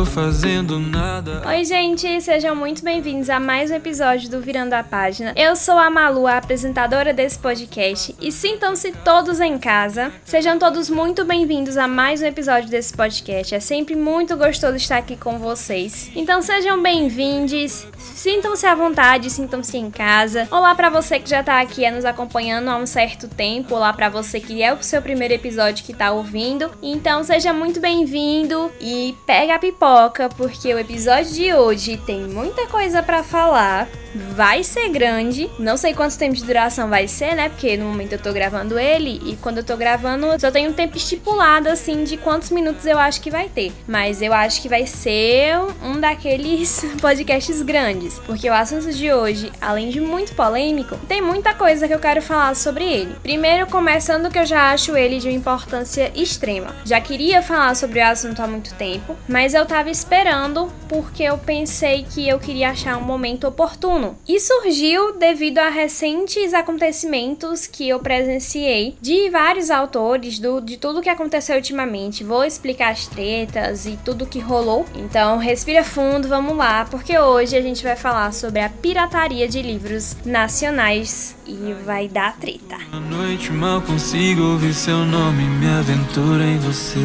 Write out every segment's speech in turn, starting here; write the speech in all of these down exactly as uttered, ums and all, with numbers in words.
fazendo nada. Oi gente, sejam muito bem-vindos a mais um episódio do Virando a Página. Eu sou a Malu, a apresentadora desse podcast, e sintam-se todos em casa. Sejam todos muito bem-vindos a mais um episódio desse podcast. É sempre muito gostoso estar aqui com vocês. Então sejam bem-vindos, sintam-se à vontade, sintam-se em casa. Olá para você que já tá aqui é, nos acompanhando há um certo tempo. Olá para você que é o seu primeiro episódio que tá ouvindo. Então seja muito bem-vindo e pega a pipoca, porque o episódio de hoje tem muita coisa pra falar. Vai ser grande, não sei quanto tempo de duração vai ser, né? Porque no momento eu tô gravando ele e quando eu tô gravando eu só tenho um tempo estipulado, assim, de quantos minutos eu acho que vai ter. Mas eu acho que vai ser um daqueles podcasts grandes, porque o assunto de hoje, além de muito polêmico, tem muita coisa que eu quero falar sobre ele. Primeiro, começando que eu já acho ele de uma importância extrema. Já queria falar sobre o assunto há muito tempo, mas eu tava esperando porque eu pensei que eu queria achar um momento oportuno. E surgiu devido a recentes acontecimentos que eu presenciei de vários autores, do, de tudo que aconteceu ultimamente. Vou explicar as tretas e tudo que rolou. Então respira fundo, vamos lá, porque hoje a gente vai falar sobre a pirataria de livros nacionais e vai dar treta. À noite mal consigo ouvir seu nome, me aventura em você.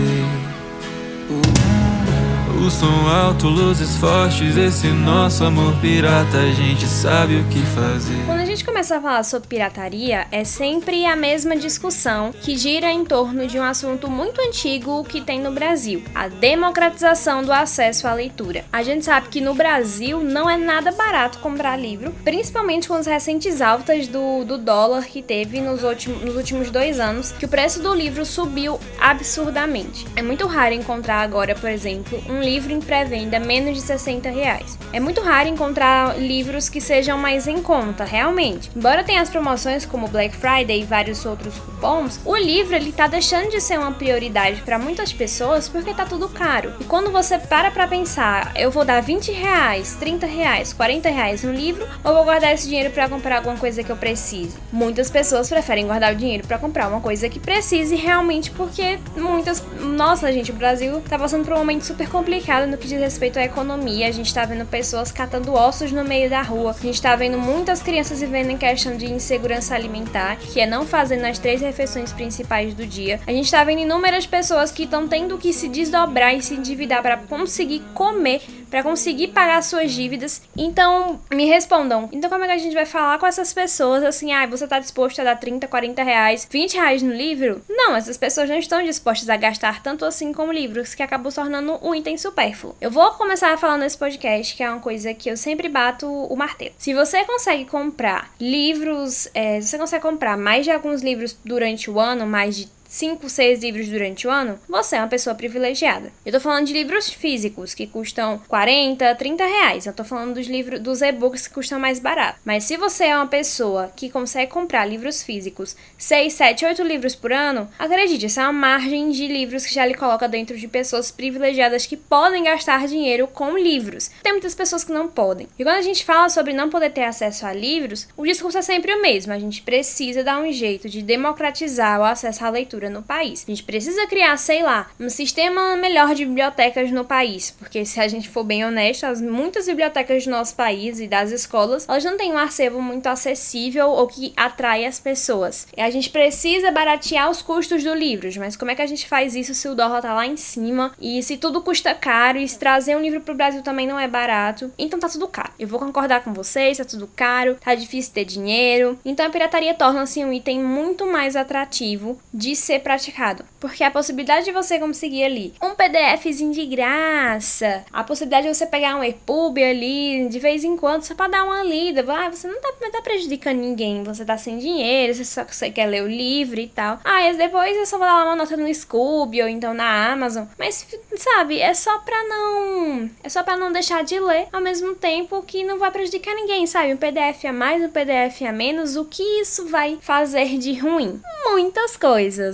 O som alto, luzes fortes, esse nosso amor pirata, a gente sabe o que fazer. Quando a gente começa a falar sobre pirataria, é sempre a mesma discussão que gira em torno de um assunto muito antigo que tem no Brasil: a democratização do acesso à leitura. A gente sabe que no Brasil não é nada barato comprar livro, principalmente com as recentes altas do, do dólar que teve nos, últimos, nos últimos dois anos, que o preço do livro subiu absurdamente. É muito raro encontrar agora, por exemplo, um livro livro em pré-venda menos de sessenta reais. É muito raro encontrar livros que sejam mais em conta, realmente. Embora tenha as promoções como Black Friday e vários outros cupons, o livro ele tá deixando de ser uma prioridade para muitas pessoas porque tá tudo caro. E quando você para pra pensar, eu vou dar vinte reais, trinta reais, quarenta reais no livro ou vou guardar esse dinheiro para comprar alguma coisa que eu precise? Muitas pessoas preferem guardar o dinheiro para comprar uma coisa que precise realmente, porque muitas... Nossa, gente, o Brasil tá passando por um momento super complicado no que diz respeito à economia. A gente tá vendo pessoas catando ossos no meio da rua, a gente tá vendo muitas crianças vivendo em questão de insegurança alimentar, que é não fazendo as três refeições principais do dia. A gente tá vendo inúmeras pessoas que estão tendo que se desdobrar e se endividar para conseguir comer, para conseguir pagar suas dívidas. Então, me respondam, então como é que a gente vai falar com essas pessoas assim, ah, você tá disposto a dar trinta, quarenta reais, vinte reais no livro? Não, essas pessoas não estão dispostas a gastar tanto assim com livros, que acabou se tornando um item supérfluo. Eu vou começar a falar nesse podcast, que é uma coisa que eu sempre bato o martelo. Se você consegue comprar livros, é, se você consegue comprar mais de alguns livros durante o ano, mais de cinco, seis livros durante o ano, você é uma pessoa privilegiada. Eu tô falando de livros físicos que custam quarenta, trinta reais. Eu tô falando dos livros, dos e-books que custam mais barato. Mas se você é uma pessoa que consegue comprar livros físicos seis, sete, oito livros por ano, acredite, essa é uma margem de livros que já lhe coloca dentro de pessoas privilegiadas que podem gastar dinheiro com livros. Tem muitas pessoas que não podem. E quando a gente fala sobre não poder ter acesso a livros, o discurso é sempre o mesmo. A gente precisa dar um jeito de democratizar o acesso à leitura no país. A gente precisa criar, sei lá, um sistema melhor de bibliotecas no país, porque se a gente for bem honesto, as muitas bibliotecas do nosso país e das escolas, elas não têm um acervo muito acessível ou que atrai as pessoas. E a gente precisa baratear os custos dos livros, mas como é que a gente faz isso se o dólar tá lá em cima e se tudo custa caro e se trazer um livro pro Brasil também não é barato? Então tá tudo caro. Eu vou concordar com vocês, tá tudo caro, tá difícil ter dinheiro. Então a pirataria torna-se um item muito mais atrativo de ser praticado, porque a possibilidade de você conseguir ali um PDFzinho de graça, a possibilidade de você pegar um EPUB ali de vez em quando só pra dar uma lida, ah, você não tá, não tá prejudicando ninguém, você tá sem dinheiro, você só você quer ler o livro e tal, ah, e depois eu só vou dar uma nota no Scoob ou então na Amazon, mas sabe, é só pra não é só pra não deixar de ler, ao mesmo tempo que não vai prejudicar ninguém, sabe, um P D F a mais, um P D F a menos, o que isso vai fazer de ruim? Muitas coisas,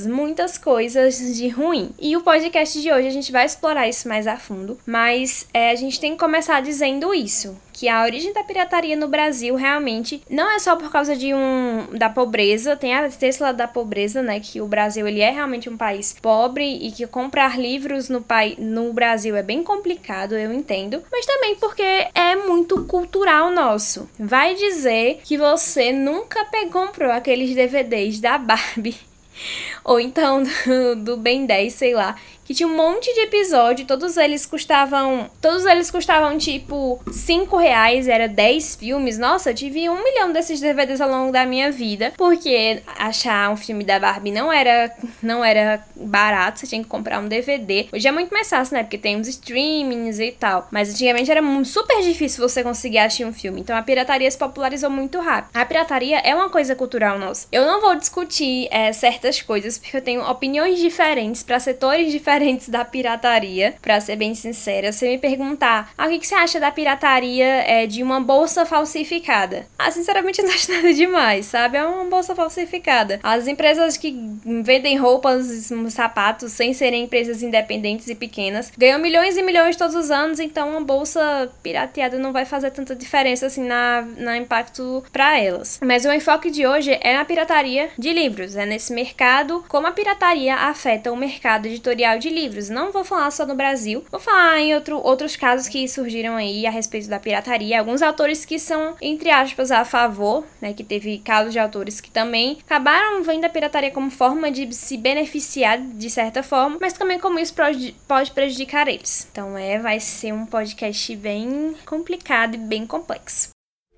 muitas coisas de ruim. E o podcast de hoje a gente vai explorar isso mais a fundo, mas é, a gente tem que começar dizendo isso, que a origem da pirataria no Brasil realmente não é só por causa de um da pobreza, tem esse lado da pobreza, né, que o Brasil ele é realmente um país pobre e que comprar livros no, pai, no Brasil é bem complicado, eu entendo, mas também porque é muito cultural nosso. Vai dizer que você nunca pegou, comprou aqueles D V Ds da Barbie ou então do, do Ben dez, sei lá, que tinha um monte de episódio, todos eles custavam, todos eles custavam tipo cinco reais, era dez filmes. Nossa, eu tive um milhão desses D V Ds ao longo da minha vida, porque achar um filme da Barbie não era, não era barato, você tinha que comprar um D V D. Hoje é muito mais fácil, né, porque tem uns streamings e tal, mas antigamente era super difícil você conseguir assistir um filme, então a pirataria se popularizou muito rápido. A pirataria é uma coisa cultural nossa. Eu não vou discutir é, certas coisas, porque eu tenho opiniões diferentes para setores diferentes da pirataria, pra ser bem sincera. Se me perguntar, ah, o que, que você acha da pirataria é, de uma bolsa falsificada? Ah, sinceramente, eu não acho nada demais, sabe? É uma bolsa falsificada. As empresas que vendem roupas, sapatos, sem serem empresas independentes e pequenas, ganham milhões e milhões todos os anos, então uma bolsa pirateada não vai fazer tanta diferença, assim, na, na impacto pra elas. Mas o enfoque de hoje é na pirataria de livros, é nesse mercado, como a pirataria afeta o mercado editorial de livros. Não vou falar só no Brasil, vou falar em outro, outros casos que surgiram aí a respeito da pirataria, alguns autores que são, entre aspas, a favor, né, que teve casos de autores que também acabaram vendo a pirataria como forma de se beneficiar de certa forma, mas também como isso pode prejudicar eles. Então é, vai ser um podcast bem complicado e bem complexo.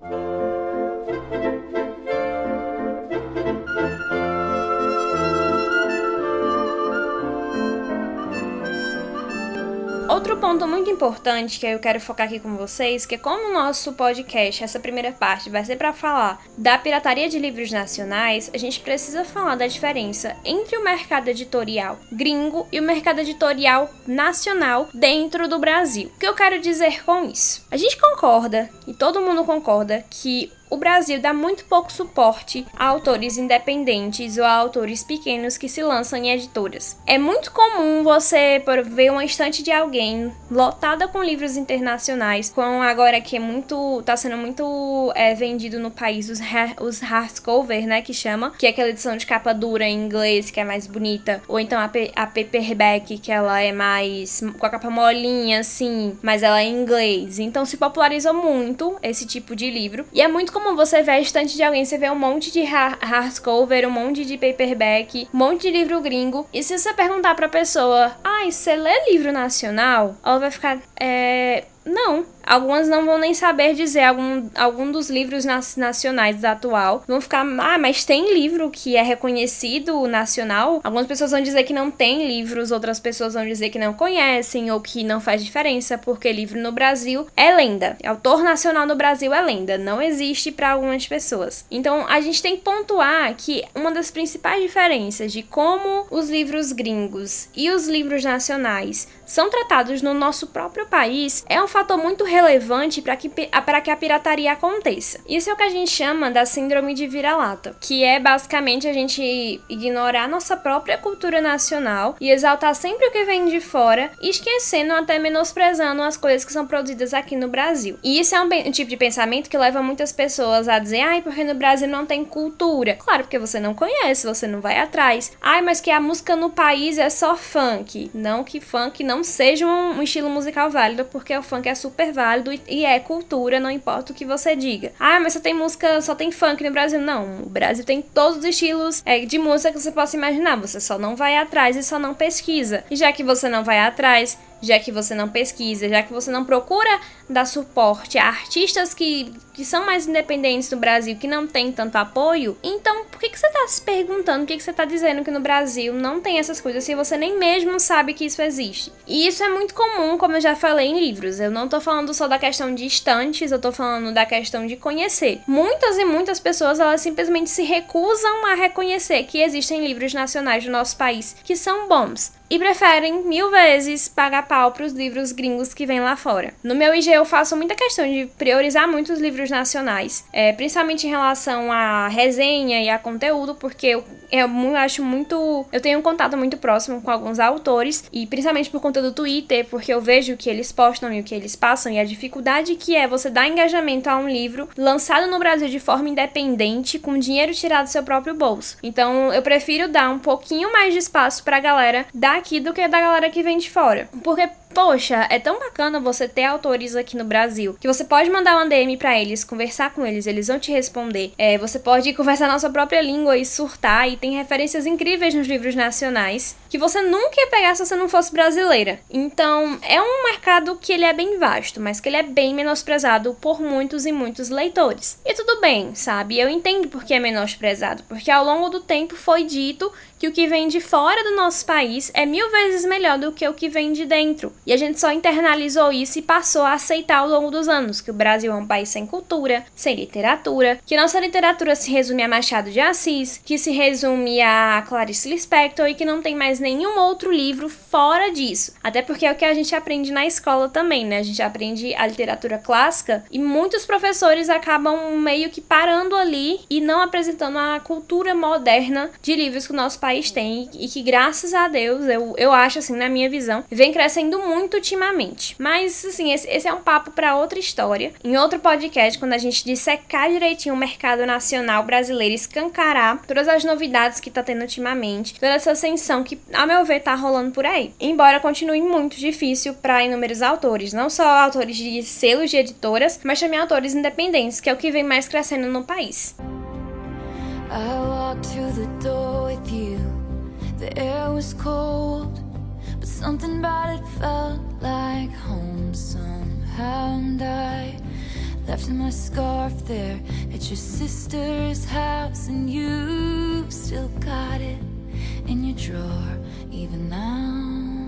Outro ponto muito importante que eu quero focar aqui com vocês, que é como o nosso podcast, essa primeira parte, vai ser para falar da pirataria de livros nacionais, a gente precisa falar da diferença entre o mercado editorial gringo e o mercado editorial nacional dentro do Brasil. O que eu quero dizer com isso? A gente concorda, e todo mundo concorda, que o Brasil dá muito pouco suporte a autores independentes ou a autores pequenos que se lançam em editoras. É muito comum você ver uma estante de alguém lotada com livros internacionais, com agora que é muito, tá sendo muito é, vendido no país os, os hardcover, né, que chama, que é aquela edição de capa dura em inglês, que é mais bonita, ou então a, a paperback, que ela é mais, com a capa molinha, assim, mas ela é em inglês. Então se popularizou muito esse tipo de livro, e é muito comum como você vê a estante de alguém, você vê um monte de hardcover, um monte de paperback, um monte de livro gringo, e se você perguntar pra pessoa, ai, ah, você lê livro nacional? Ela vai ficar, é... não. Algumas não vão nem saber dizer algum, algum dos livros nas, nacionais da atual. Vão ficar, ah, mas tem livro que é reconhecido nacional? Algumas pessoas vão dizer que não tem livros, outras pessoas vão dizer que não conhecem ou que não faz diferença, porque livro no Brasil é lenda. Autor nacional no Brasil é lenda, não existe para algumas pessoas. Então, a gente tem que pontuar que uma das principais diferenças de como os livros gringos e os livros nacionais são tratados no nosso próprio país é um fator muito relevante para que, para que a pirataria aconteça. Isso é o que a gente chama da síndrome de vira-lata, que é basicamente a gente ignorar a nossa própria cultura nacional e exaltar sempre o que vem de fora, esquecendo ou até menosprezando as coisas que são produzidas aqui no Brasil. E isso é um, um tipo de pensamento que leva muitas pessoas a dizer, ai, porque no Brasil não tem cultura. Claro, porque você não conhece, você não vai atrás. Ai, mas que a música no país é só funk. Não que funk não seja um, um estilo musical válido, porque o funk é super válido e, e é cultura, não importa o que você diga. Ah, mas só tem música, só tem funk no Brasil. Não, o Brasil tem todos os estilos é, de música que você possa imaginar, você só não vai atrás e só não pesquisa. E já que você não vai atrás, já que você não pesquisa, já que você não procura dar suporte a artistas que, que são mais independentes no Brasil, que não tem tanto apoio, então por que, que você está se perguntando, por que, que você está dizendo que no Brasil não tem essas coisas se você nem mesmo sabe que isso existe? E isso é muito comum, como eu já falei em livros. Eu não tô falando só da questão de estantes, eu tô falando da questão de conhecer. Muitas e muitas pessoas, elas simplesmente se recusam a reconhecer que existem livros nacionais do nosso país que são bons. E preferem mil vezes pagar pau pros livros gringos que vêm lá fora. No meu I G eu faço muita questão de priorizar muito os livros nacionais, é, principalmente em relação à resenha e a conteúdo, porque eu, eu acho muito... Eu tenho um contato muito próximo com alguns autores, e principalmente por conta do Twitter, porque eu vejo o que eles postam e o que eles passam, e a dificuldade que é você dar engajamento a um livro lançado no Brasil de forma independente, com dinheiro tirado do seu próprio bolso. Então, eu prefiro dar um pouquinho mais de espaço pra galera daqui do que da galera que vem de fora. Porque, poxa, é tão bacana você ter autores aqui no Brasil, que você pode mandar uma D M pra eles, conversar com eles, eles vão te responder. É, você pode conversar na sua própria língua e surtar, e tem referências incríveis nos livros nacionais, que você nunca ia pegar se você não fosse brasileira. Então, é um mercado que ele é bem vasto, mas que ele é bem menosprezado por muitos e muitos leitores. E tudo bem, sabe? Eu entendo porque é menosprezado, porque ao longo do tempo foi dito que o que vem de fora do nosso país é mil vezes melhor do que o que vem de dentro. E a gente só internalizou isso e passou a aceitar ao longo dos anos que o Brasil é um país sem cultura, sem literatura, que nossa literatura se resume a Machado de Assis, que se resume a Clarice Lispector e que não tem mais nenhum outro livro fora disso. Até porque é o que a gente aprende na escola também, né? A gente aprende a literatura clássica e muitos professores acabam meio que parando ali e não apresentando a cultura moderna de livros que o nosso país tem e que, graças a Deus, eu, eu acho, assim, na minha visão, vem crescendo muito ultimamente. Mas, assim, esse, esse é um papo para outra história. Em outro podcast, quando a gente dissecar direitinho o mercado nacional brasileiro, escancarar todas as novidades que tá tendo ultimamente, toda essa ascensão que, a meu ver, tá rolando por aí. Embora continue muito difícil para inúmeros autores, não só autores de selos de editoras, mas também autores independentes, que é o que vem mais crescendo no país. I walked through the door with you. The air was cold, but something about it felt like home somehow. And I left my scarf there at your sister's house, and you've still got it in your drawer even now.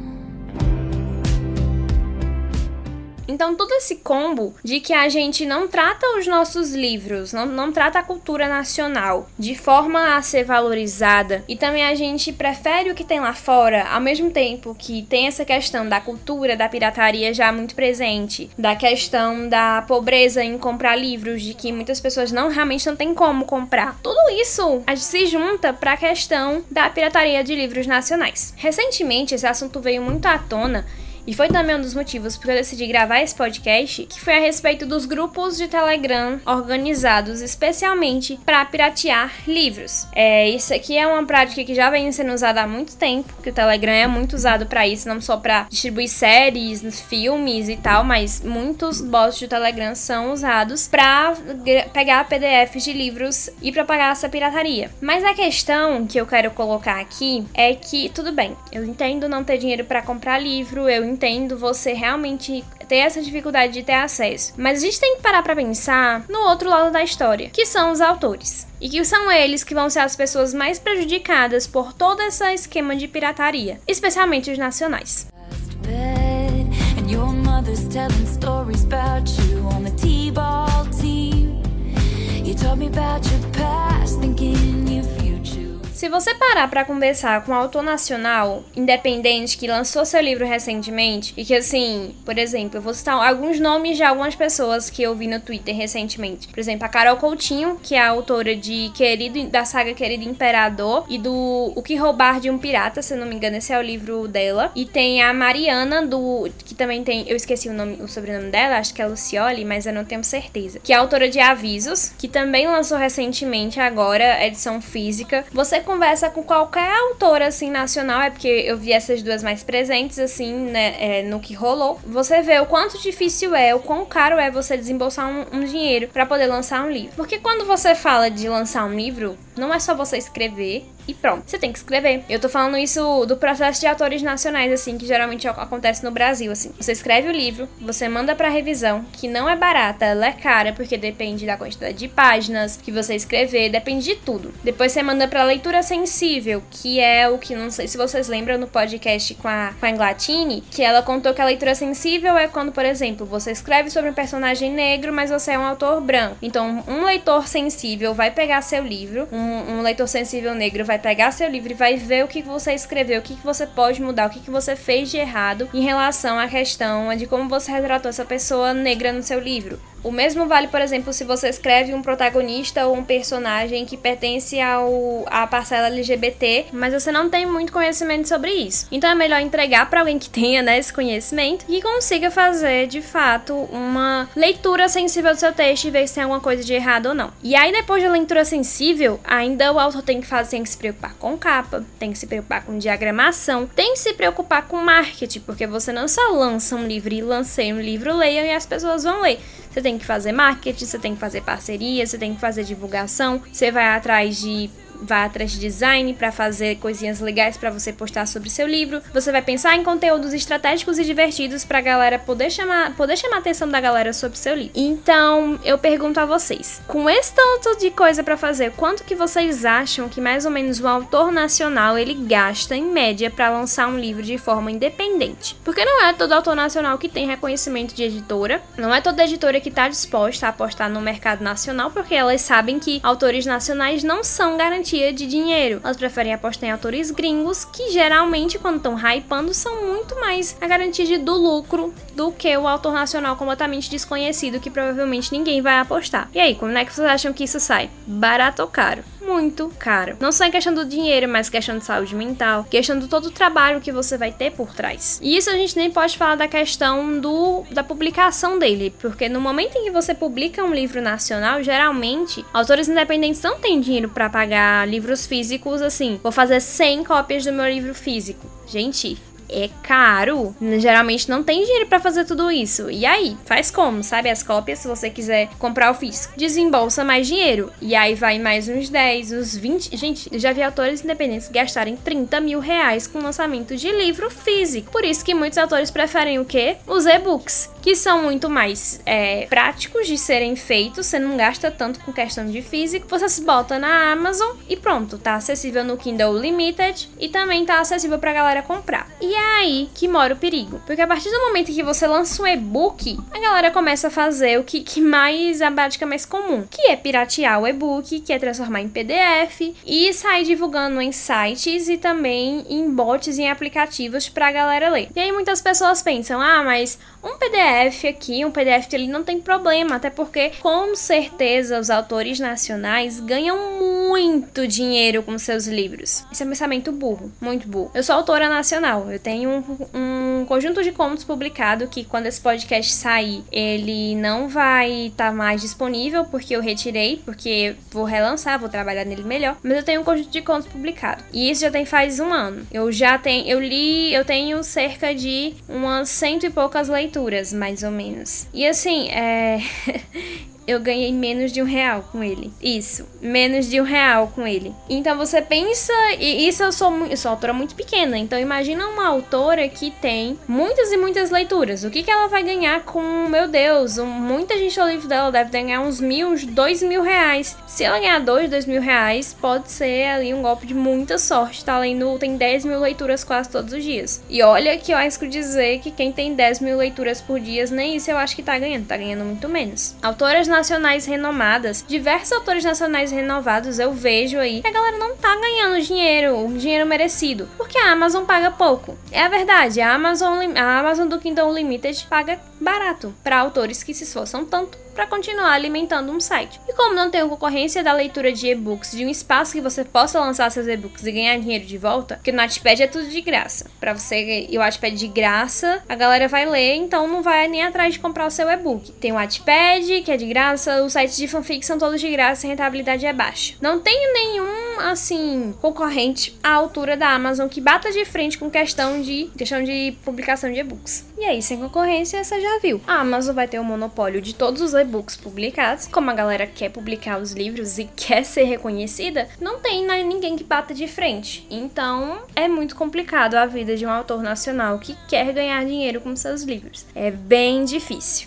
Então, todo esse combo de que a gente não trata os nossos livros, não, não trata a cultura nacional de forma a ser valorizada, e também a gente prefere o que tem lá fora, ao mesmo tempo que tem essa questão da cultura, da pirataria já muito presente, da questão da pobreza em comprar livros, de que muitas pessoas não realmente não tem como comprar. Tudo isso a gente se junta para a questão da pirataria de livros nacionais. Recentemente, esse assunto veio muito à tona, e foi também um dos motivos porque eu decidi gravar esse podcast, que foi a respeito dos grupos de Telegram organizados especialmente para piratear livros. É, isso aqui é uma prática que já vem sendo usada há muito tempo, que o Telegram é muito usado para isso, não só para distribuir séries, filmes e tal, mas muitos bots de Telegram são usados para pegar P D Fs de livros e propagar essa pirataria. Mas a questão que eu quero colocar aqui é que, tudo bem, eu entendo não ter dinheiro para comprar livro, eu entendo você realmente ter essa dificuldade de ter acesso, mas a gente tem que parar pra pensar no outro lado da história, que são os autores, e que são eles que vão ser as pessoas mais prejudicadas por todo esse esquema de pirataria, especialmente os nacionais. Se você parar pra conversar com um autor nacional, independente, que lançou seu livro recentemente, e que, assim, por exemplo, eu vou citar alguns nomes de algumas pessoas que eu vi no Twitter recentemente. Por exemplo, a Carol Coutinho, que é a autora de Querido, da saga Querido Imperador, e do O Que Roubar de um Pirata, se eu não me engano, esse é o livro dela. E tem a Mariana, do que também tem, eu esqueci o, nome, o sobrenome dela, acho que é Lucioli, mas eu não tenho certeza. Que é a autora de Avisos, que também lançou recentemente agora, edição física. Você conversa com qualquer autora, assim, nacional, é porque eu vi essas duas mais presentes, assim, né, é, no que rolou. Você vê o quanto difícil é, o quão caro é você desembolsar um, um dinheiro pra poder lançar um livro. Porque quando você fala de lançar um livro, não é só você escrever e pronto, você tem que escrever. Eu tô falando isso do processo de autores nacionais, assim, que geralmente acontece no Brasil, assim. Você escreve o livro, você manda pra revisão, que não é barata, ela é cara, porque depende da quantidade de páginas que você escrever, depende de tudo. Depois você manda pra leitura sensível, que é o que, não sei se vocês lembram no podcast com a, com a Englatini, que ela contou que a leitura sensível é quando, por exemplo, você escreve sobre um personagem negro, mas você é um autor branco. Então, um leitor sensível vai pegar seu livro, um, um leitor sensível negro vai vai pegar seu livro e vai ver o que você escreveu, o que você pode mudar, o que você fez de errado em relação à questão de como você retratou essa pessoa negra no seu livro. O mesmo vale, por exemplo, se você escreve um protagonista ou um personagem que pertence ao, à parcela L G B T, mas você não tem muito conhecimento sobre isso. Então é melhor entregar para alguém que tenha, né, esse conhecimento e consiga fazer, de fato, uma leitura sensível do seu texto e ver se tem alguma coisa de errado ou não. E aí, depois da leitura sensível, ainda o autor tem que fazer, tem que se preocupar com capa, tem que se preocupar com diagramação, tem que se preocupar com marketing, porque você não só lança um livro e lancei um livro, leiam e as pessoas vão ler. Você tem que fazer marketing, você tem que fazer parceria, você tem que fazer divulgação, você vai atrás de... vai atrás de design para fazer coisinhas legais para você postar sobre seu livro. Você vai pensar em conteúdos estratégicos e divertidos pra galera poder chamar, poder chamar a atenção da galera sobre seu livro. Então, eu pergunto a vocês, com esse tanto de coisa para fazer, quanto que vocês acham que mais ou menos um autor nacional ele gasta em média para lançar um livro de forma independente? Porque não é todo autor nacional que tem reconhecimento de editora, não é toda editora que tá disposta a apostar no mercado nacional, porque elas sabem que autores nacionais não são garantidos de dinheiro. Elas preferem apostar em autores gringos que geralmente, quando estão hypando, são muito mais a garantia de, do lucro do que o autor nacional completamente desconhecido que provavelmente ninguém vai apostar. E aí, como é que vocês acham que isso sai? Barato ou caro? Muito caro. Não só em questão do dinheiro, mas questão de saúde mental, questão de todo o trabalho que você vai ter por trás. E isso a gente nem pode falar da questão do, da publicação dele, porque no momento em que você publica um livro nacional, geralmente, autores independentes não têm dinheiro para pagar livros físicos assim. Vou fazer cem cópias do meu livro físico. Gente... é caro, geralmente não tem dinheiro pra fazer tudo isso. E aí, faz como, sabe? As cópias, se você quiser comprar o físico, desembolsa mais dinheiro. E aí vai mais uns dez, uns vinte... Gente, eu já vi autores independentes gastarem trinta mil reais com lançamento de livro físico. Por isso que muitos autores preferem o quê? Os e-books, que são muito mais é, práticos de serem feitos. Você não gasta tanto com questão de físico. Você se bota na Amazon e pronto, tá acessível no Kindle Unlimited e também tá acessível pra galera comprar. E é aí que mora o perigo. Porque a partir do momento que você lança um e-book, a galera começa a fazer o que, que mais, a prática mais comum, que é piratear o e-book, que é transformar em P D F e sair divulgando em sites e também em bots e em aplicativos pra galera ler. E aí muitas pessoas pensam, ah, mas um P D F aqui, um P D F ali não tem problema, até porque com certeza os autores nacionais ganham muito dinheiro com seus livros. Esse é um pensamento burro, muito burro. Eu sou autora nacional, eu tenho um, um conjunto de contos publicado que quando esse podcast sair, ele não vai estar tá mais disponível porque eu retirei, porque vou relançar, vou trabalhar nele melhor, mas eu tenho um conjunto de contos publicado. E isso já tem faz um ano. Eu já tenho, eu li, eu tenho cerca de umas cento e poucas leituras, mais ou menos. E assim, é... eu ganhei menos de um real com ele. Isso, menos de um real com ele. Então você pensa... E isso eu sou, eu sou autora muito pequena. Então imagina uma autora que tem muitas e muitas leituras. O que, que ela vai ganhar com... Meu Deus, um, muita gente no livro dela deve ganhar uns mil, uns dois mil reais. Se ela ganhar dois, dois mil reais, pode ser ali um golpe de muita sorte. Tá lendo... Tem dez mil leituras quase todos os dias. E olha que eu arrisco dizer que quem tem dez mil leituras por dia, nem isso eu acho que tá ganhando. Tá ganhando muito menos. Autoras nacionais renomadas, diversos autores nacionais renovados, eu vejo aí que a galera não tá ganhando dinheiro, o dinheiro merecido, porque a Amazon paga pouco. É a verdade, a Amazon, a Amazon do Kindle Unlimited paga barato para autores que se esforçam tanto para continuar alimentando um site. E como não tem concorrência da leitura de e-books, de um espaço que você possa lançar seus e-books e ganhar dinheiro de volta, porque no Wattpad é tudo de graça. Para você, e o Wattpad de graça, a galera vai ler, então não vai nem atrás de comprar o seu e-book. Tem o Wattpad, que é de graça, os sites de fanfic são todos de graça e a rentabilidade é baixa. Não tenho nenhum, assim, concorrente à altura da Amazon que bata de frente com questão de, questão de publicação de e-books. E aí, sem concorrência, você já viu. A Amazon vai ter o monopólio de todos os e-books publicados. Como a galera quer publicar os livros e quer ser reconhecida, não tem ninguém que bata de frente. Então, é muito complicado a vida de um autor nacional que quer ganhar dinheiro com seus livros. É bem difícil.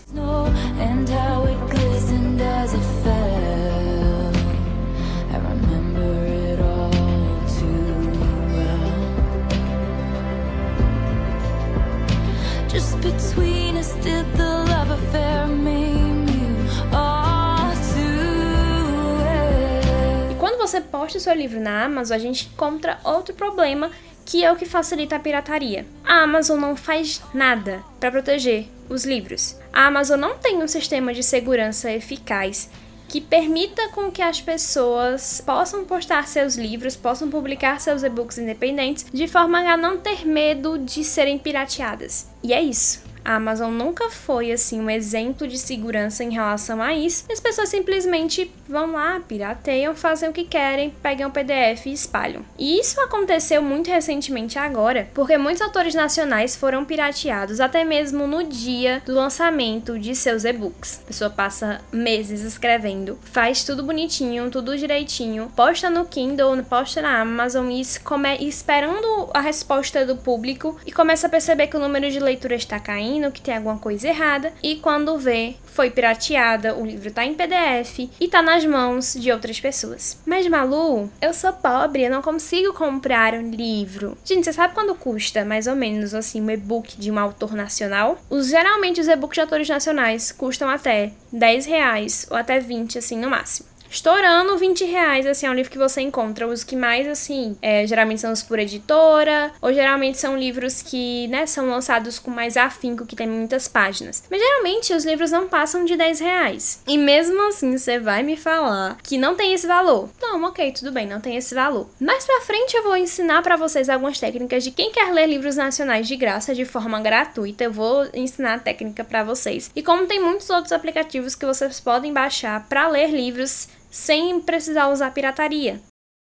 Just between us did the love affair mean you all too well. E quando você posta o seu livro na Amazon, a gente encontra outro problema, que é o que facilita a pirataria. A Amazon não faz nada para proteger os livros. A Amazon não tem um sistema de segurança eficaz que permita com que as pessoas possam postar seus livros, possam publicar seus e-books independentes, de forma a não ter medo de serem pirateadas. E é isso. A Amazon nunca foi, assim, um exemplo de segurança em relação a isso. E as pessoas simplesmente vão lá, pirateiam, fazem o que querem, pegam o P D F e espalham. E isso aconteceu muito recentemente agora, porque muitos autores nacionais foram pirateados até mesmo no dia do lançamento de seus e-books. A pessoa passa meses escrevendo, faz tudo bonitinho, tudo direitinho, posta no Kindle, posta na Amazon e come... esperando a resposta do público e começa a perceber que o número de leituras está caindo, que tem alguma coisa errada, e quando vê, foi pirateada, o livro tá em P D F e tá nas mãos de outras pessoas. Mas, Malu, eu sou pobre, eu não consigo comprar um livro. Gente, você sabe quando custa, mais ou menos, assim, um e-book de um autor nacional? Os, geralmente, os e-books de autores nacionais custam até dez reais ou até vinte, assim, no máximo. Estourando vinte reais, assim, é um livro que você encontra. Os que mais, assim, é, geralmente são os por editora, ou geralmente são livros que, né, são lançados com mais afinco, que tem muitas páginas. Mas geralmente os livros não passam de dez reais. E mesmo assim, você vai me falar que não tem esse valor. Não, ok, tudo bem, não tem esse valor. Mais pra frente eu vou ensinar pra vocês algumas técnicas de quem quer ler livros nacionais de graça, de forma gratuita. Eu vou ensinar a técnica pra vocês. E como tem muitos outros aplicativos que vocês podem baixar pra ler livros sem precisar usar pirataria.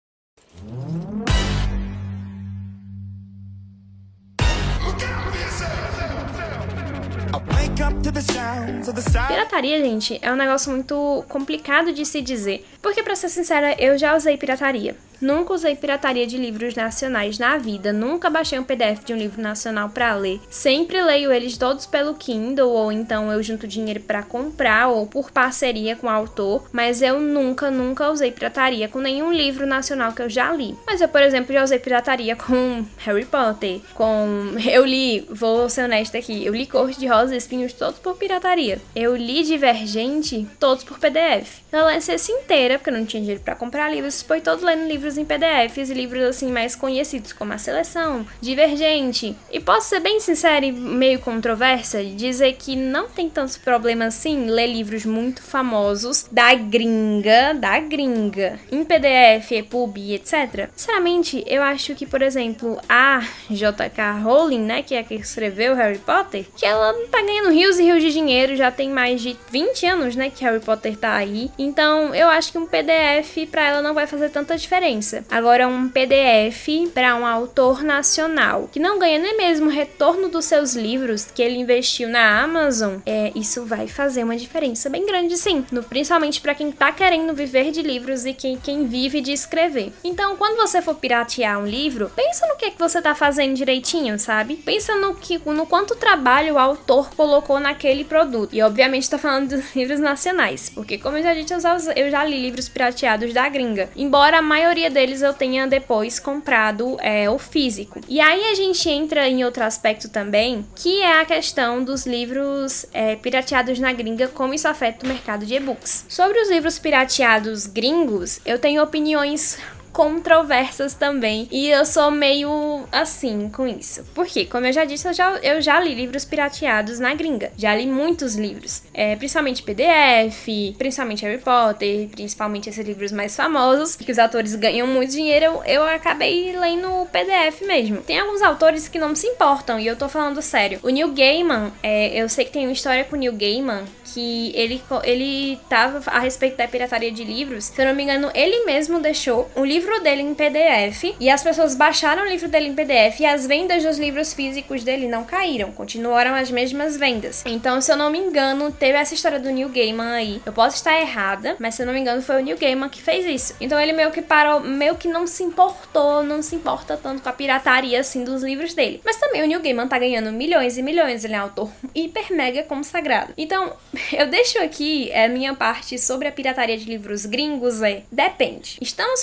Pirataria, gente, é um negócio muito complicado de se dizer, porque, pra ser sincera, eu já usei pirataria. Nunca usei pirataria de livros nacionais na vida, nunca baixei um P D F de um livro nacional pra ler. Sempre leio eles todos pelo Kindle, ou então eu junto dinheiro pra comprar, ou por parceria com o autor, mas eu nunca, nunca usei pirataria com nenhum livro nacional que eu já li. Mas eu, por exemplo, já usei pirataria com Harry Potter, com... Eu li, vou ser honesta aqui, eu li Corte de Rosas e Espinhos todos por pirataria. Eu li Divergente todos por P D F. Eu li a essa inteira, porque eu não tinha dinheiro pra comprar livros, foi todo lendo livros em P D Fs e livros assim mais conhecidos como A Seleção, Divergente. E posso ser bem sincera e meio controversa e dizer que não tem tantos problemas assim ler livros muito famosos da gringa, da gringa, em P D F, EPUB e etcétera. Sinceramente, eu acho que, por exemplo, a J K Rowling, né, que é a que escreveu Harry Potter, que ela tá ganhando rios e rios de dinheiro, já tem mais de vinte anos, né, que Harry Potter tá aí. Então, eu acho que um P D F pra ela não vai fazer tanta diferença. Agora, um P D F para um autor nacional que não ganha nem mesmo o retorno dos seus livros que ele investiu na Amazon, é, isso vai fazer uma diferença bem grande, sim, no, principalmente para quem tá querendo viver de livros e quem, quem vive de escrever. Então, quando você for piratear um livro, pensa no que é que você tá fazendo direitinho, sabe? Pensa no, que, no quanto trabalho o autor colocou naquele produto. E, obviamente, tô falando dos livros nacionais, porque, como eu já disse, eu já, eu já li livros pirateados da gringa, embora a maioria deles eu tenha depois comprado é, o físico. E aí a gente entra em outro aspecto também, que é a questão dos livros é, pirateados na gringa, como isso afeta o mercado de e-books. Sobre os livros pirateados gringos, eu tenho opiniões controversas também, e eu sou meio assim com isso, porque, como eu já disse, eu já, eu já li livros pirateados na gringa, já li muitos livros, é, principalmente P D F, principalmente Harry Potter, principalmente esses livros mais famosos, que os autores ganham muito dinheiro, eu, eu acabei lendo o P D F mesmo. Tem alguns autores que não se importam, e eu tô falando sério. O Neil Gaiman, é, eu sei que tem uma história com o Neil Gaiman, que ele, ele tava a respeito da pirataria de livros, se eu não me engano, ele mesmo deixou o livro livro dele em P D F e as pessoas baixaram o livro dele em P D F e as vendas dos livros físicos dele não caíram, continuaram as mesmas vendas. Então, se eu não me engano, teve essa história do Neil Gaiman aí. Eu posso estar errada, mas se eu não me engano, foi o Neil Gaiman que fez isso. Então, ele meio que parou, meio que não se importou, não se importa tanto com a pirataria assim dos livros dele. Mas também o Neil Gaiman tá ganhando milhões e milhões, ele é um autor hiper mega consagrado. Então, eu deixo aqui a minha parte sobre a pirataria de livros gringos é, depende. Estamos falando de um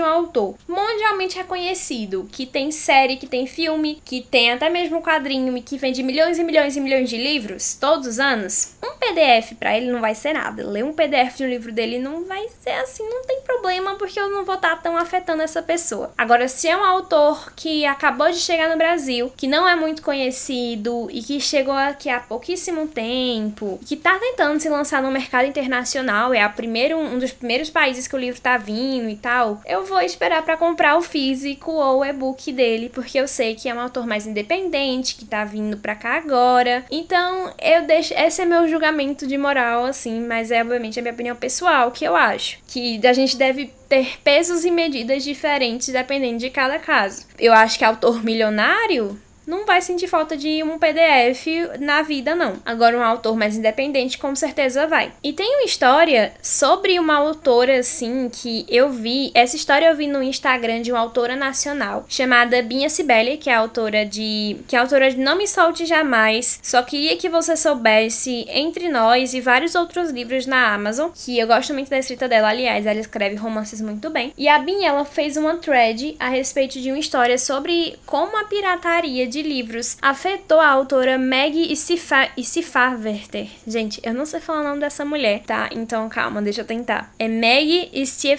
um autor mundialmente reconhecido, que tem série, que tem filme, que tem até mesmo quadrinho e que vende milhões e milhões e milhões de livros todos os anos, um P D F pra ele não vai ser nada. Ler um P D F de um livro dele não vai ser assim, não tem problema, porque eu não vou estar tão afetando essa pessoa. Agora, se é um autor que acabou de chegar no Brasil, que não é muito conhecido e que chegou aqui há pouquíssimo tempo, que tá tentando se lançar no mercado internacional, é a primeiro, um dos primeiros países que o livro tá vindo e tal, eu vou esperar pra comprar o físico ou o e-book dele, porque eu sei que é um autor mais independente, que tá vindo pra cá agora. Então, eu deixo, esse é meu julgamento de moral, assim, mas é obviamente a minha opinião pessoal, que eu acho que a gente deve ter pesos e medidas diferentes dependendo de cada caso. Eu acho que autor milionário não vai sentir falta de um P D F na vida, não. Agora, um autor mais independente, com certeza vai. E tem uma história sobre uma autora, assim, que eu vi. Essa história eu vi no Instagram de uma autora nacional, chamada Binha Sibeli, que é a autora de... Que é a autora de Não Me Solte Jamais, Só Queria Que Você Soubesse, Entre Nós e vários outros livros na Amazon, que eu gosto muito da escrita dela. Aliás, ela escreve romances muito bem. E a Binha, ela fez uma thread a respeito de uma história sobre como a pirataria de de livros afetou a autora Meg Stiefvater. Gente, eu não sei falar o nome dessa mulher, tá? Então calma, deixa eu tentar. É Meg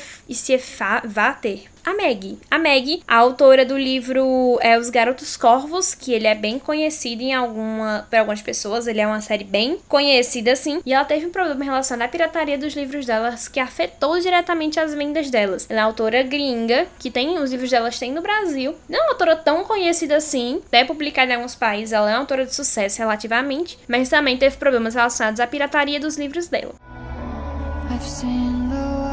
Stiefvater. A Meg. A Meg, a autora do livro é Os Garotos Corvos, que ele é bem conhecido em alguma, por algumas pessoas, ele é uma série bem conhecida, assim, e ela teve um problema em relação à pirataria dos livros delas, que afetou diretamente as vendas delas. Ela é uma autora gringa, que tem, os livros delas tem no Brasil, não é uma autora tão conhecida assim, até publicada em alguns países, ela é uma autora de sucesso relativamente, mas também teve problemas relacionados à pirataria dos livros dela. I've seen the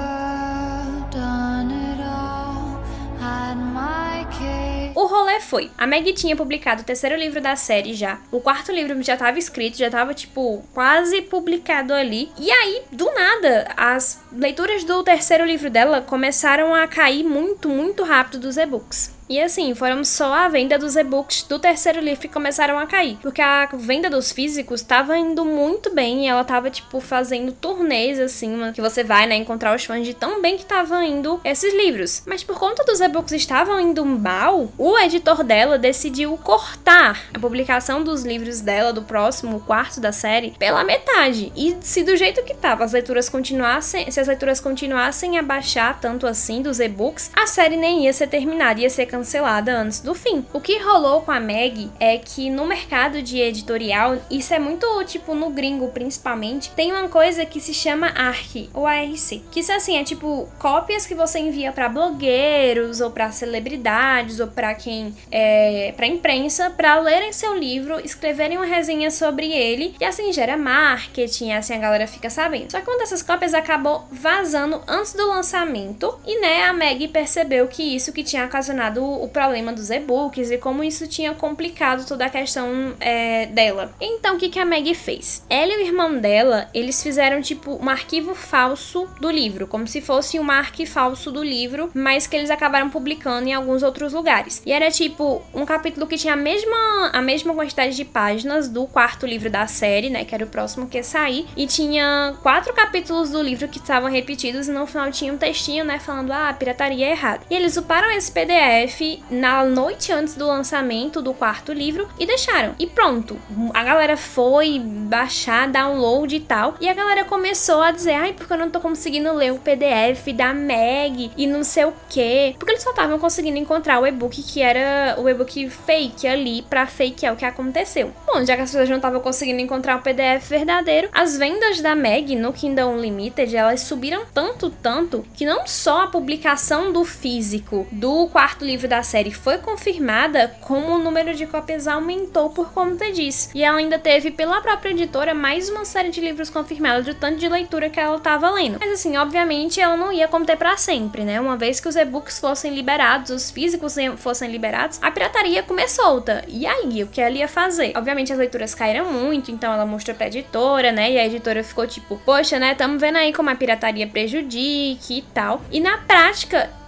world, done it all, had my cake. O rolê foi, a Meg tinha publicado o terceiro livro da série já, o quarto livro já tava escrito, já tava, tipo, quase publicado ali, e aí, do nada, as leituras do terceiro livro dela começaram a cair muito, muito rápido dos e-books. E assim, foram só a venda dos e-books do terceiro livro que começaram a cair. Porque a venda dos físicos tava indo muito bem e ela tava, tipo, fazendo turnês, assim, que você vai, né, encontrar os fãs de tão bem que estavam indo esses livros. Mas por conta dos e-books estavam indo mal, o editor dela decidiu cortar a publicação dos livros dela, do próximo quarto da série, pela metade. E se do jeito que tava, as leituras continuassem, se as leituras continuassem a baixar tanto assim dos e-books, a série nem ia ser terminada, ia ser cancelada antes do fim. O que rolou com a Meg é que no mercado de editorial, isso é muito, tipo, no gringo principalmente, tem uma coisa que se chama A R C, ou A R C, que isso assim, é tipo cópias que você envia pra blogueiros, ou pra celebridades, ou pra quem, é, pra imprensa, pra lerem seu livro, escreverem uma resenha sobre ele, e assim gera marketing, assim a galera fica sabendo. Só que uma dessas cópias acabou vazando antes do lançamento, e né, a Meg percebeu que isso que tinha ocasionado o problema dos e-books e como isso tinha complicado toda a questão é, dela. Então, o que, que a Meg fez? Ela e o irmão dela, eles fizeram, tipo, um arquivo falso do livro, como se fosse um marque falso do livro, mas que eles acabaram publicando em alguns outros lugares. E era, tipo, um capítulo que tinha a mesma, a mesma quantidade de páginas do quarto livro da série, né, que era o próximo que ia sair, e tinha quatro capítulos do livro que estavam repetidos e no final tinha um textinho, né, falando, ah, a pirataria é errada. E eles uparam esse P D F na noite antes do lançamento do quarto livro e deixaram. E pronto, a galera foi baixar, download e tal, e a galera começou a dizer, ai, porque eu não tô conseguindo ler o P D F da Meg e não sei o que, porque eles só estavam conseguindo encontrar o e-book que era o e-book fake ali pra fake é o que aconteceu. Bom, já que as pessoas não estavam conseguindo encontrar o P D F verdadeiro, as vendas da Meg no Kindle Unlimited, elas subiram tanto, tanto, que não só a publicação do físico do quarto livro da série foi confirmada, como o número de cópias aumentou por conta disso. E ela ainda teve, pela própria editora, mais uma série de livros confirmados do tanto de leitura que ela estava lendo. Mas assim, obviamente, ela não ia conter pra sempre, né? Uma vez que os e-books fossem liberados, os físicos fossem liberados, a pirataria começou solta. E aí, o que ela ia fazer? Obviamente, as leituras caíram muito, então ela mostrou pra editora, né? E a editora ficou tipo, poxa, né? Tamo vendo aí como a pirataria prejudica e tal. E na prática,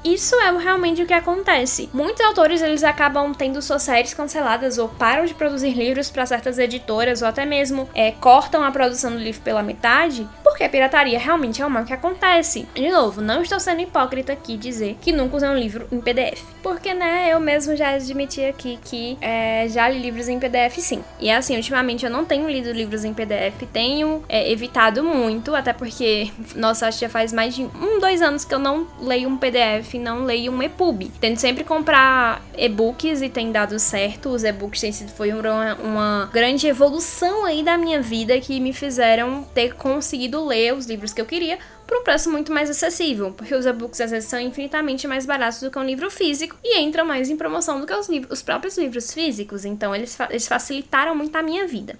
isso é realmente o que acontece. Muitos autores, eles acabam tendo suas séries canceladas ou param de produzir livros para certas editoras ou até mesmo é, cortam a produção do livro pela metade, porque a pirataria realmente é o mal que acontece. De novo, não estou sendo hipócrita aqui dizer que nunca usei um livro em P D F, porque, né, eu mesmo já admiti aqui que é, já li livros em P D F sim. E assim, ultimamente eu não tenho lido livros em P D F, tenho é, evitado muito, até porque, nossa, acho que já faz mais de um, dois anos que eu não leio um P D F, não leio um EPUB. Tento sempre comprar e-books e tem dado certo. Os e-books têm sido, foi uma, uma grande evolução aí da minha vida que me fizeram ter conseguido ler os livros que eu queria por um preço muito mais acessível, porque os e-books às vezes são infinitamente mais baratos do que um livro físico e entram mais em promoção do que os, livros, os próprios livros físicos, então eles, fa- eles facilitaram muito a minha vida.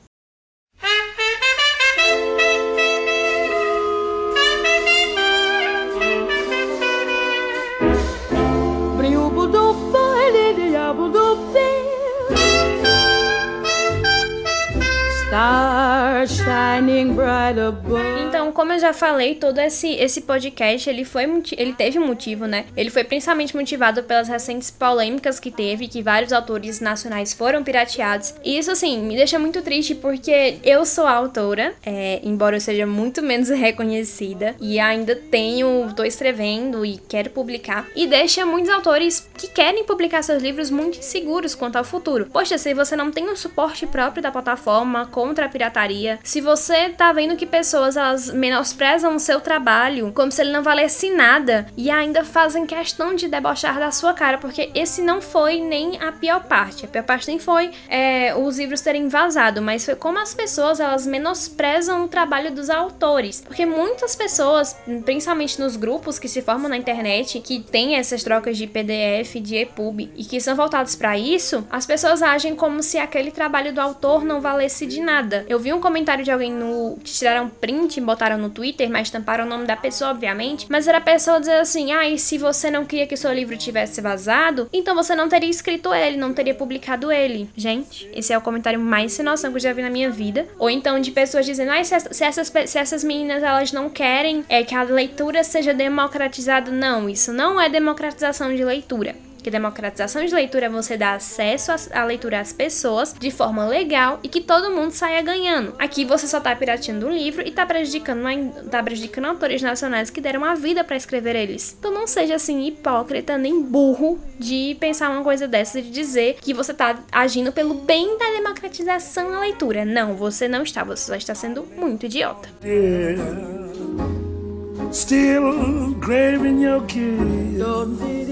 Stars shining bright above. Então, como eu já falei, todo esse, esse podcast, ele, foi, ele teve um motivo, né? Ele foi principalmente motivado pelas recentes polêmicas que teve, que vários autores nacionais foram pirateados. E isso, assim, me deixa muito triste porque eu sou autora, é, embora eu seja muito menos reconhecida, e ainda tenho, tô escrevendo e quero publicar. E deixa muitos autores que querem publicar seus livros muito inseguros quanto ao futuro. Poxa, se você não tem um suporte próprio da plataforma contra a pirataria, se você tá vendo que pessoas, elas menosprezam o seu trabalho como se ele não valesse nada e ainda fazem questão de debochar da sua cara, porque esse não foi nem a pior parte. A pior parte nem foi é, os livros terem vazado, mas foi como as pessoas, elas menosprezam o trabalho dos autores, porque muitas pessoas, principalmente nos grupos que se formam na internet, que tem essas trocas de P D F, de EPUB e que são voltados para isso, as pessoas agem como se aquele trabalho do autor não valesse de nada. Eu vi um comentário de alguém no que tiraram print e botaram no Twitter, mas tamparam o nome da pessoa, obviamente, mas era a pessoa dizer assim: ah, e se você não queria que o seu livro tivesse vazado, então você não teria escrito ele, não teria publicado ele. Gente, esse é o comentário mais sem noção que eu já vi na minha vida. Ou então de pessoas dizendo: ah, se, essa, se, essas, se essas meninas, elas não querem é, que a leitura seja democratizada. Não, isso não é democratização de leitura. Que democratização de leitura é você dar acesso à leitura às pessoas de forma legal e que todo mundo saia ganhando. Aqui você só tá pirateando um livro e tá prejudicando, tá prejudicando autores nacionais que deram a vida pra escrever eles. Então não seja assim hipócrita nem burro de pensar uma coisa dessa e de dizer que você tá agindo pelo bem da democratização da leitura. Não, você não está, você só está sendo muito idiota. Yeah. Still craving your kiss.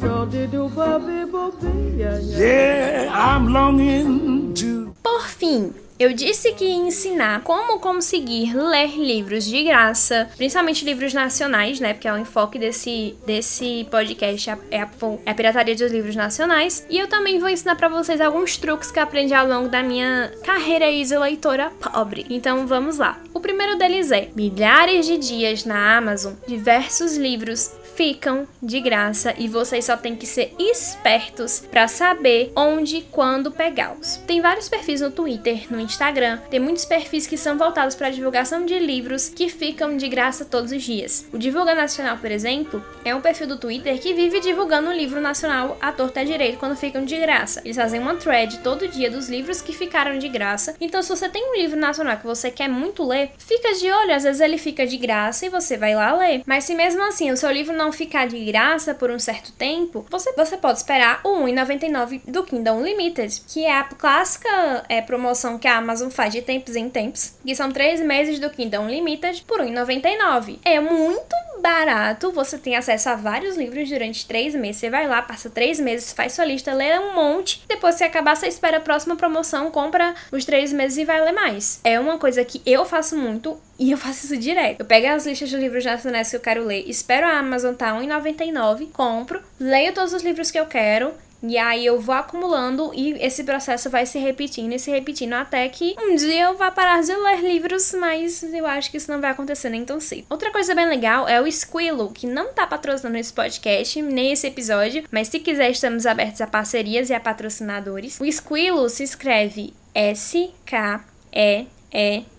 Yeah, I'm longing to... Por fim, eu disse que ia ensinar como conseguir ler livros de graça, principalmente livros nacionais, né? Porque é o enfoque desse, desse podcast, é a, é a pirataria dos livros nacionais. E eu também vou ensinar pra vocês alguns truques que eu aprendi ao longo da minha carreira de leitora pobre. Então vamos lá. O primeiro deles é: milhares de dias na Amazon, diversos livros ficam de graça e vocês só tem que ser espertos pra saber onde e quando pegá-los. Tem vários perfis no Twitter, no Instagram, tem muitos perfis que são voltados para a divulgação de livros que ficam de graça todos os dias. O Divulga Nacional, por exemplo, é um perfil do Twitter que vive divulgando um livro nacional à torta e à direita quando ficam de graça. Eles fazem uma thread todo dia dos livros que ficaram de graça. Então, se você tem um livro nacional que você quer muito ler, fica de olho, às vezes ele fica de graça e você vai lá ler. Mas se mesmo assim o seu livro não ficar de graça por um certo tempo, você, você pode esperar o um real e noventa e nove centavos do Kindle Unlimited, que é a clássica é, promoção que a Amazon faz de tempos em tempos, que são três meses do Kindle Unlimited por um real e noventa e nove centavos. É muito barato, você tem acesso a vários livros durante três meses. Você vai lá, passa três meses, faz sua lista, lê um monte, depois se acabar, você espera a próxima promoção, compra os três meses e vai ler mais. É uma coisa que eu faço muito e eu faço isso direto. Eu pego as listas de livros nacionais que eu quero ler, espero a Amazon tá um real e noventa e nove centavos, compro, leio todos os livros que eu quero. E aí eu vou acumulando e esse processo vai se repetindo e se repetindo até que um dia eu vá parar de ler livros, mas eu acho que isso não vai acontecer nem tão cedo. Outra coisa bem legal é o Squillo, que não tá patrocinando esse podcast, nem esse episódio, mas se quiser estamos abertos a parcerias e a patrocinadores. O Squillo se escreve S K E E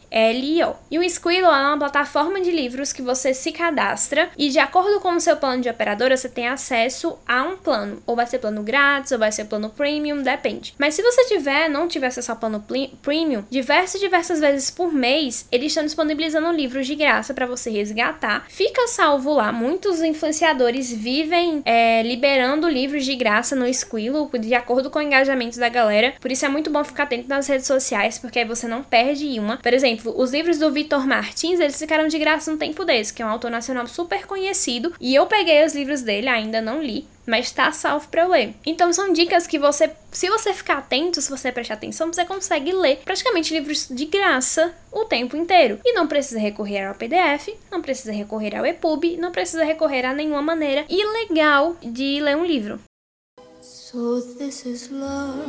L I O. E o Squillo é uma plataforma de livros que você se cadastra e, de acordo com o seu plano de operadora, você tem acesso a um plano. Ou vai ser plano grátis, ou vai ser plano premium, depende. Mas se você tiver, não tiver acesso ao plano premium, diversas diversas vezes por mês, eles estão disponibilizando livros de graça para você resgatar. Fica salvo lá. Muitos influenciadores vivem é, liberando livros de graça no Squillo, de acordo com o engajamento da galera. Por isso é muito bom ficar atento nas redes sociais, porque aí você não perde uma. Por exemplo, os livros do Vitor Martins, eles ficaram de graça no tempo desse, que é um autor nacional super conhecido, e eu peguei os livros dele, ainda não li, mas tá salvo pra eu ler. Então são dicas que você, se você ficar atento, se você prestar atenção, você consegue ler praticamente livros de graça o tempo inteiro. E não precisa recorrer ao P D F, não precisa recorrer ao EPUB, não precisa recorrer a nenhuma maneira ilegal de ler um livro. So this is love.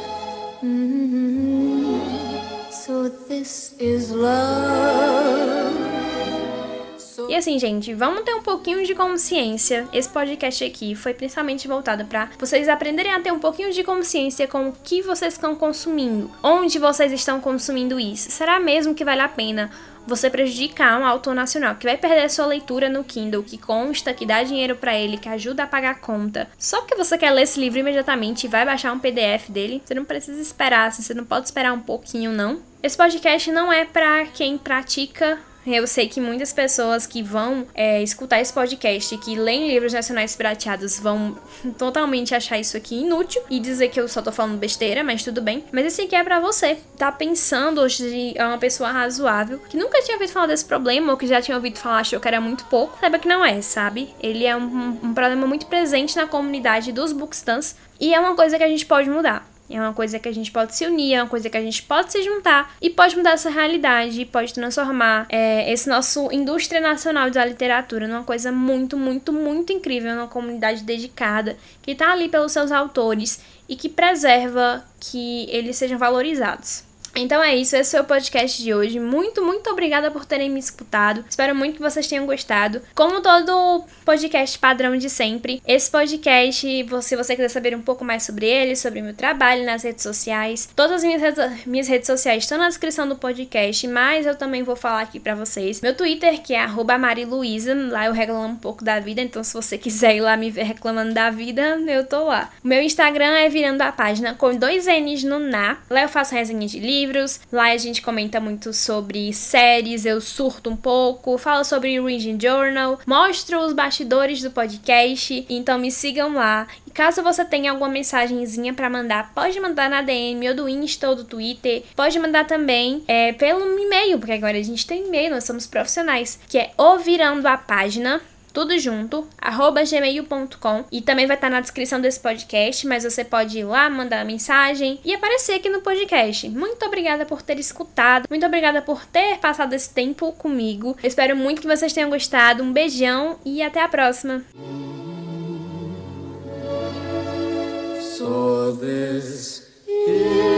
Mm-hmm. So this is love. E assim, gente, vamos ter um pouquinho de consciência. Esse podcast aqui foi principalmente voltado para vocês aprenderem a ter um pouquinho de consciência com o que vocês estão consumindo, onde vocês estão consumindo isso. Será mesmo que vale a pena você prejudicar um autor nacional que vai perder a sua leitura no Kindle, que consta, que dá dinheiro pra ele, que ajuda a pagar a conta, só porque você quer ler esse livro imediatamente e vai baixar um P D F dele? Você não precisa esperar, você não pode esperar um pouquinho, não. Esse podcast não é pra quem pratica. Eu sei que muitas pessoas que vão é, escutar esse podcast, que leem livros nacionais pirateados, vão totalmente achar isso aqui inútil e dizer que eu só tô falando besteira, mas tudo bem. Mas esse aqui é pra você, tá pensando hoje é uma pessoa razoável, que nunca tinha ouvido falar desse problema, ou que já tinha ouvido falar, achou que era muito pouco. Saiba que não é, sabe? Ele é um, um problema muito presente na comunidade dos bookstans e é uma coisa que a gente pode mudar. É uma coisa que a gente pode se unir, é uma coisa que a gente pode se juntar e pode mudar essa realidade, pode transformar é, esse nosso indústria nacional da literatura numa coisa muito, muito, muito incrível, uma comunidade dedicada, que tá ali pelos seus autores e que preserva que eles sejam valorizados. Então é isso, esse foi o podcast de hoje. Muito, muito obrigada por terem me escutado. Espero muito que vocês tenham gostado. Como todo podcast padrão de sempre, esse podcast, se você quiser saber um pouco mais sobre ele, sobre o meu trabalho nas redes sociais, todas as minhas redes, minhas redes sociais estão na descrição do podcast, mas eu também vou falar aqui pra vocês. Meu Twitter, que é arroba mariluiza, lá eu reclamo um pouco da vida, então se você quiser ir lá me ver reclamando da vida, eu tô lá. O meu Instagram é Virando a Página, com dois N's no na. Lá eu faço resenha de livros. Lá a gente comenta muito sobre séries, eu surto um pouco, falo sobre o Reading Journal, mostro os bastidores do podcast, então me sigam lá. E caso você tenha alguma mensagenzinha pra mandar, pode mandar na D M ou do Insta ou do Twitter, pode mandar também é, pelo e-mail, porque agora a gente tem e-mail, nós somos profissionais, que é o Virando a Página, tudo junto, arroba gmail ponto com, e também vai estar na descrição desse podcast, mas você pode ir lá, mandar mensagem e aparecer aqui no podcast. Muito obrigada por ter escutado, muito obrigada por ter passado esse tempo comigo. Eu espero muito que vocês tenham gostado, um beijão e até a próxima. So this is